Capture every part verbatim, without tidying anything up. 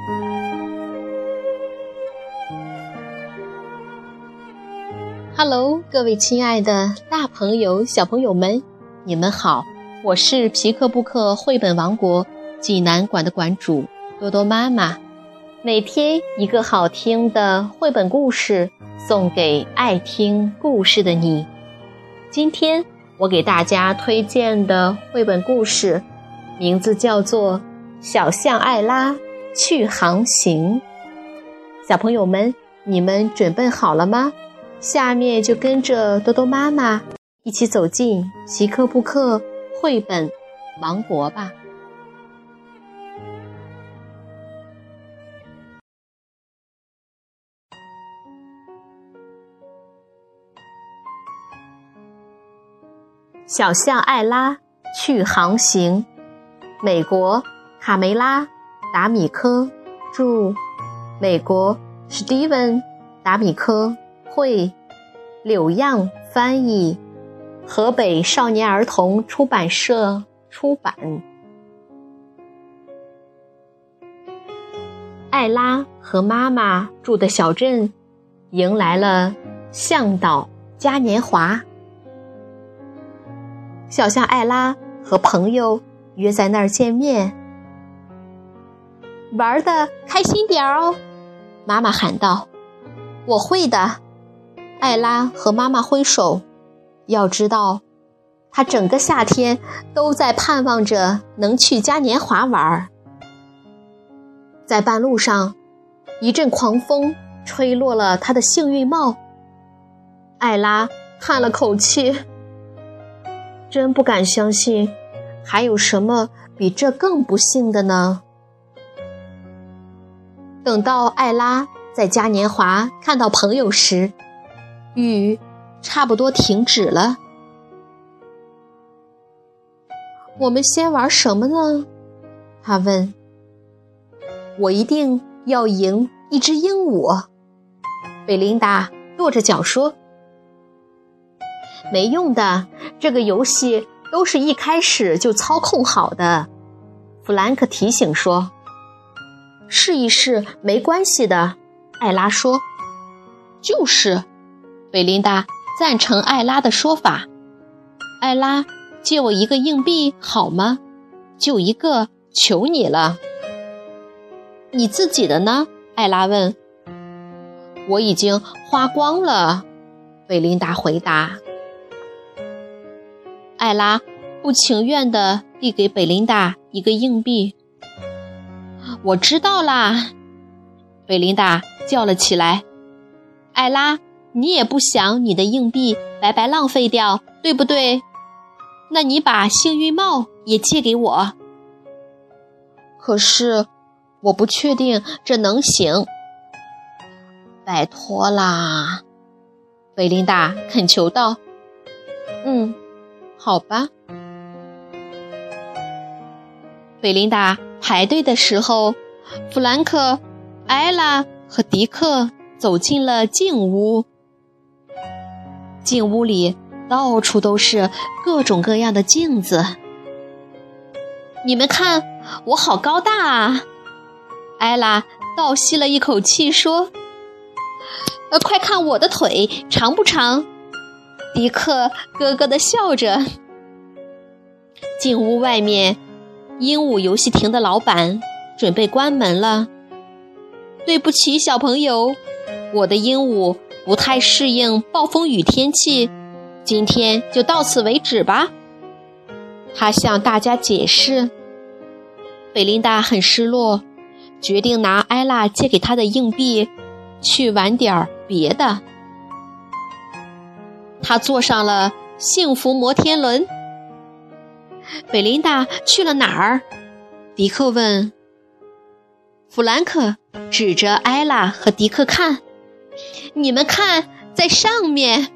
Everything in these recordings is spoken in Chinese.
Hello， 各位亲爱的大朋友、小朋友们，你们好，我是皮克布克绘本王国济南馆的馆主多多妈妈。每天一个好听的绘本故事，送给爱听故事的你。今天我给大家推荐的绘本故事，名字叫做《小象艾拉去航行》。小朋友们，你们准备好了吗？下面就跟着多多妈妈一起走进皮克布克绘本王国吧。小象艾拉去航行，美国卡梅拉·达米科著，美国史蒂文·达米科绘，柳样翻译，河北少年儿童出版社出版。艾拉和妈妈住的小镇迎来了向导嘉年华。小象艾拉和朋友约在那儿见面，玩得开心点哦，妈妈喊道。我会的，艾拉和妈妈挥手。要知道，她整个夏天都在盼望着能去嘉年华玩。在半路上，一阵狂风吹落了她的幸运帽。艾拉叹了口气，真不敢相信，还有什么比这更不幸的呢？等到艾拉在嘉年华看到朋友时，雨差不多停止了。我们先玩什么呢？他问。我一定要赢一只鹦鹉，贝琳达跺着脚说。没用的，这个游戏都是一开始就操控好的，弗兰克提醒说。试一试没关系的，艾拉说。就是，贝琳达赞成艾拉的说法。艾拉，借我一个硬币好吗？就一个，求你了。你自己的呢？艾拉问。我已经花光了，贝琳达回答。艾拉不情愿地递给贝琳达一个硬币。我知道啦，贝琳达叫了起来。艾拉，你也不想你的硬币白白浪费掉，对不对？那你把幸运帽也借给我。可是我不确定这能行。拜托啦，贝琳达恳求道。嗯，好吧。贝琳达排队的时候，弗兰克、艾拉和迪克走进了镜屋。镜屋里到处都是各种各样的镜子。你们看，我好高大啊！艾拉倒吸了一口气说。呃，快看我的腿，长不长？迪克咯咯地笑着。镜屋外面，鹦鹉游戏亭的老板准备关门了。对不起，小朋友，我的鹦鹉不太适应暴风雨天气，今天就到此为止吧。他向大家解释。贝琳达很失落，决定拿艾拉借给他的硬币去玩点别的。他坐上了幸福摩天轮。贝琳达去了哪儿？迪克问。弗兰克指着艾拉和迪克看，你们看，在上面。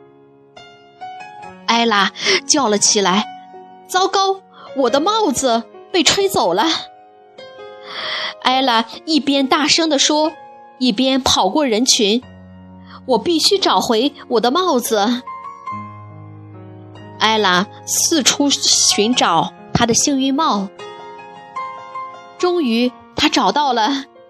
艾拉叫了起来，糟糕，我的帽子被吹走了。艾拉一边大声地说，一边跑过人群，我必须找回我的帽子。艾拉四处寻找她的幸运帽，终于她找到了，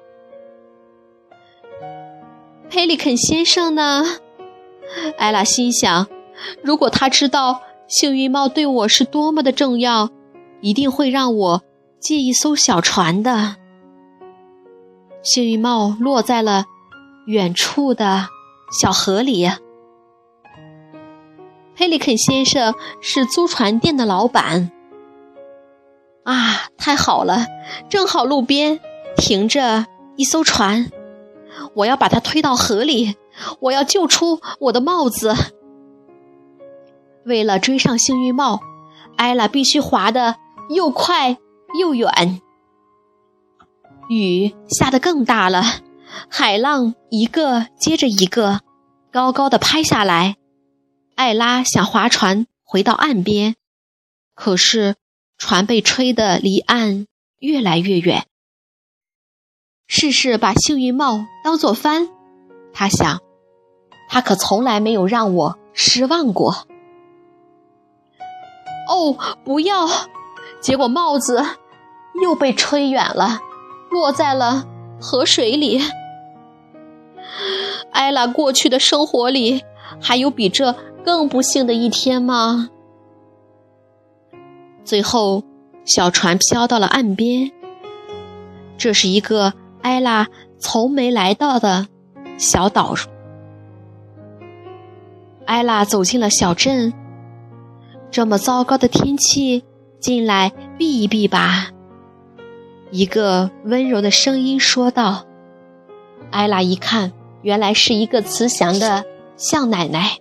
佩里肯先生呢？艾拉心想，如果他知道幸运帽对我是多么的重要，一定会让我借一艘小船的。幸运帽落在了远处的小河里。佩里肯先生是租船店的老板。啊，太好了，正好路边停着一艘船，我要把它推到河里，我要救出我的帽子。为了追上幸运帽，艾拉必须划得又快又远。雨下得更大了，海浪一个接着一个，高高地拍下来。艾拉想划船回到岸边，可是船被吹得离岸越来越远。试试把幸运帽当作帆，他想，他可从来没有让我失望过。哦，不要！结果帽子又被吹远了，落在了河水里。艾拉过去的生活里还有比这更不幸的一天吗？最后，小船飘到了岸边。这是一个艾拉从没来到的小岛。艾拉走进了小镇。这么糟糕的天气，进来避一避吧。一个温柔的声音说道。艾拉一看，原来是一个慈祥的象奶奶。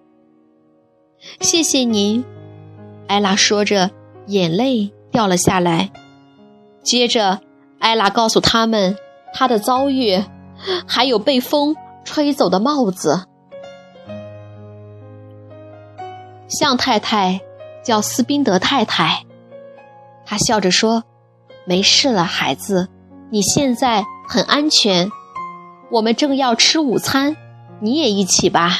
谢谢您，艾拉说着，眼泪掉了下来。接着，艾拉告诉他们她的遭遇，还有被风吹走的帽子。象太太叫斯宾德太太，她笑着说，没事了，孩子，你现在很安全，我们正要吃午餐，你也一起吧。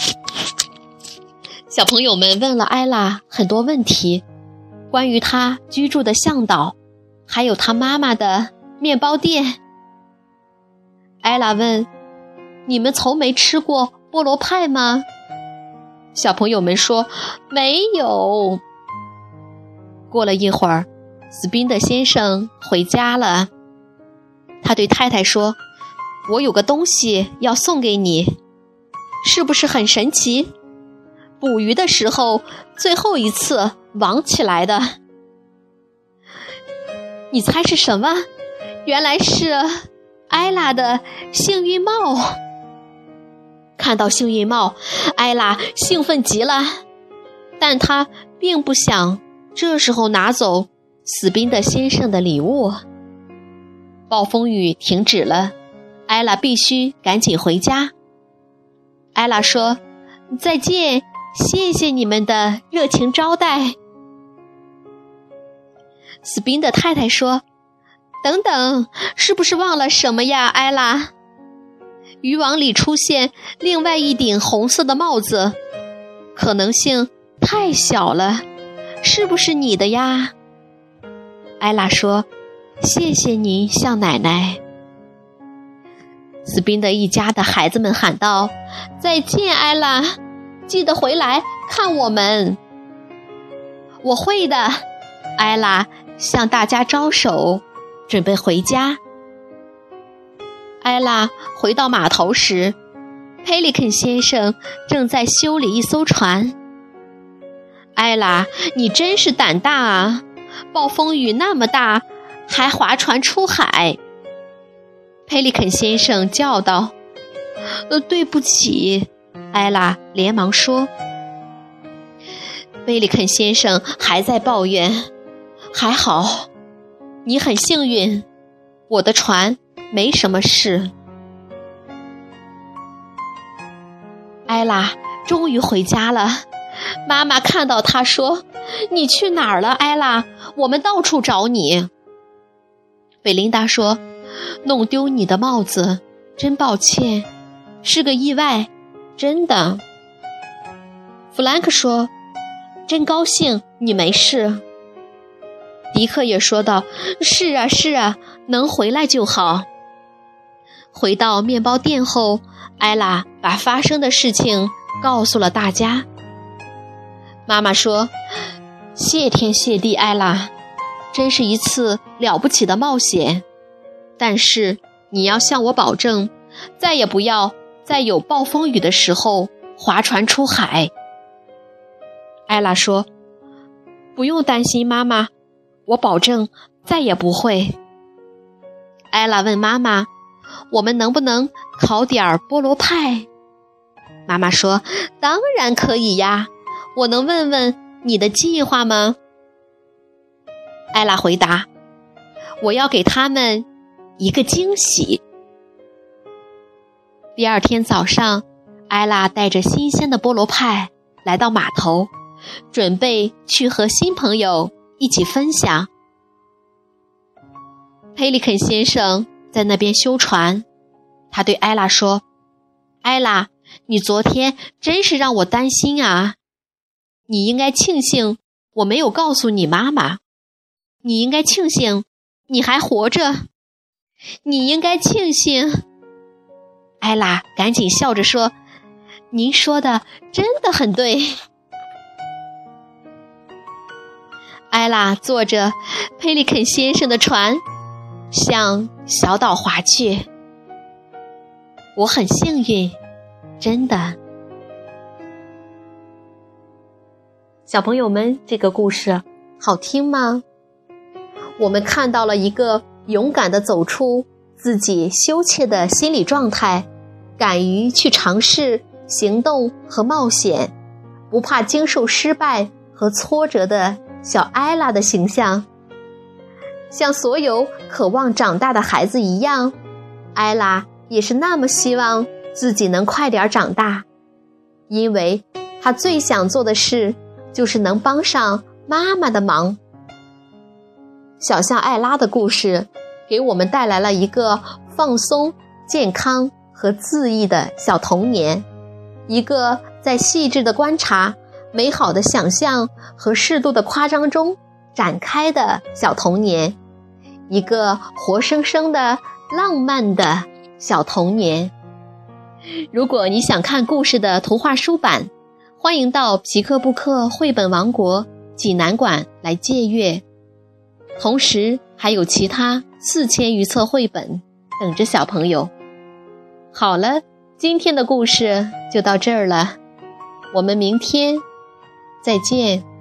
小朋友们问了艾拉很多问题，关于她居住的向导，还有她妈妈的面包店。艾拉问，你们从没吃过菠萝派吗？小朋友们说，没有。过了一会儿，斯宾德先生回家了。他对太太说，我有个东西要送给你，是不是很神奇？捕鱼的时候最后一次网起来的。你猜是什么？原来是艾拉的幸运帽。看到幸运帽，艾拉兴奋极了，但她并不想这时候拿走斯宾德先生的礼物。暴风雨停止了，艾拉必须赶紧回家。艾拉说，再见，谢谢你们的热情招待。斯宾德太太说，等等，是不是忘了什么呀，艾拉？渔网里出现另外一顶红色的帽子，可能性太小了，是不是你的呀？艾拉说，谢谢您，象奶奶。斯宾德一家的孩子们喊道，再见，艾拉，记得回来看我们。我会的，艾拉向大家招手，准备回家。艾拉回到码头时，佩里肯先生正在修理一艘船。艾拉，你真是胆大啊，暴风雨那么大，还划船出海。佩里肯先生叫道。呃，对不起，艾拉连忙说。佩里肯先生还在抱怨，还好，你很幸运，我的船没什么事。艾拉终于回家了，妈妈看到她说，你去哪儿了，艾拉？我们到处找你。贝琳达说，弄丢你的帽子，真抱歉，是个意外，真的。弗兰克说，真高兴你没事。迪克也说道，是啊是啊，能回来就好。 回到面包店后，艾拉把发生的事情告诉了大家。妈妈说：谢天谢地，艾拉，真是一次了不起的冒险。但是你要向我保证，再也不要在有暴风雨的时候划船出海。艾拉说：不用担心，妈妈，我保证再也不会。艾拉问妈妈：我们能不能烤点儿菠萝派？妈妈说：当然可以呀，我能问问你的计划吗？艾拉回答：我要给他们一个惊喜。第二天早上，艾拉带着新鲜的菠萝派来到码头，准备去和新朋友一起分享。佩利肯先生在那边修船，他对艾拉说：艾拉，你昨天真是让我担心啊！你应该庆幸我没有告诉你妈妈，你应该庆幸你还活着，你应该庆幸。艾拉赶紧笑着说：您说的真的很对。艾拉坐着佩利肯先生的船向小岛划去。我很幸运，真的。小朋友们，这个故事好听吗？我们看到了一个勇敢地走出自己羞怯的心理状态，敢于去尝试行动和冒险，不怕经受失败和挫折的小艾拉的形象。像所有渴望长大的孩子一样，艾拉也是那么希望自己能快点长大，因为她最想做的事就是能帮上妈妈的忙。小象艾拉的故事给我们带来了一个放松、健康和恣意的小童年，一个在细致的观察、美好的想象和适度的夸张中展开的小童年，一个活生生的浪漫的小童年。如果你想看故事的图画书版，欢迎到皮克布克绘本王国济南馆来借阅，同时还有其他四千余册绘本等着小朋友。好了，今天的故事就到这儿了，我们明天再见。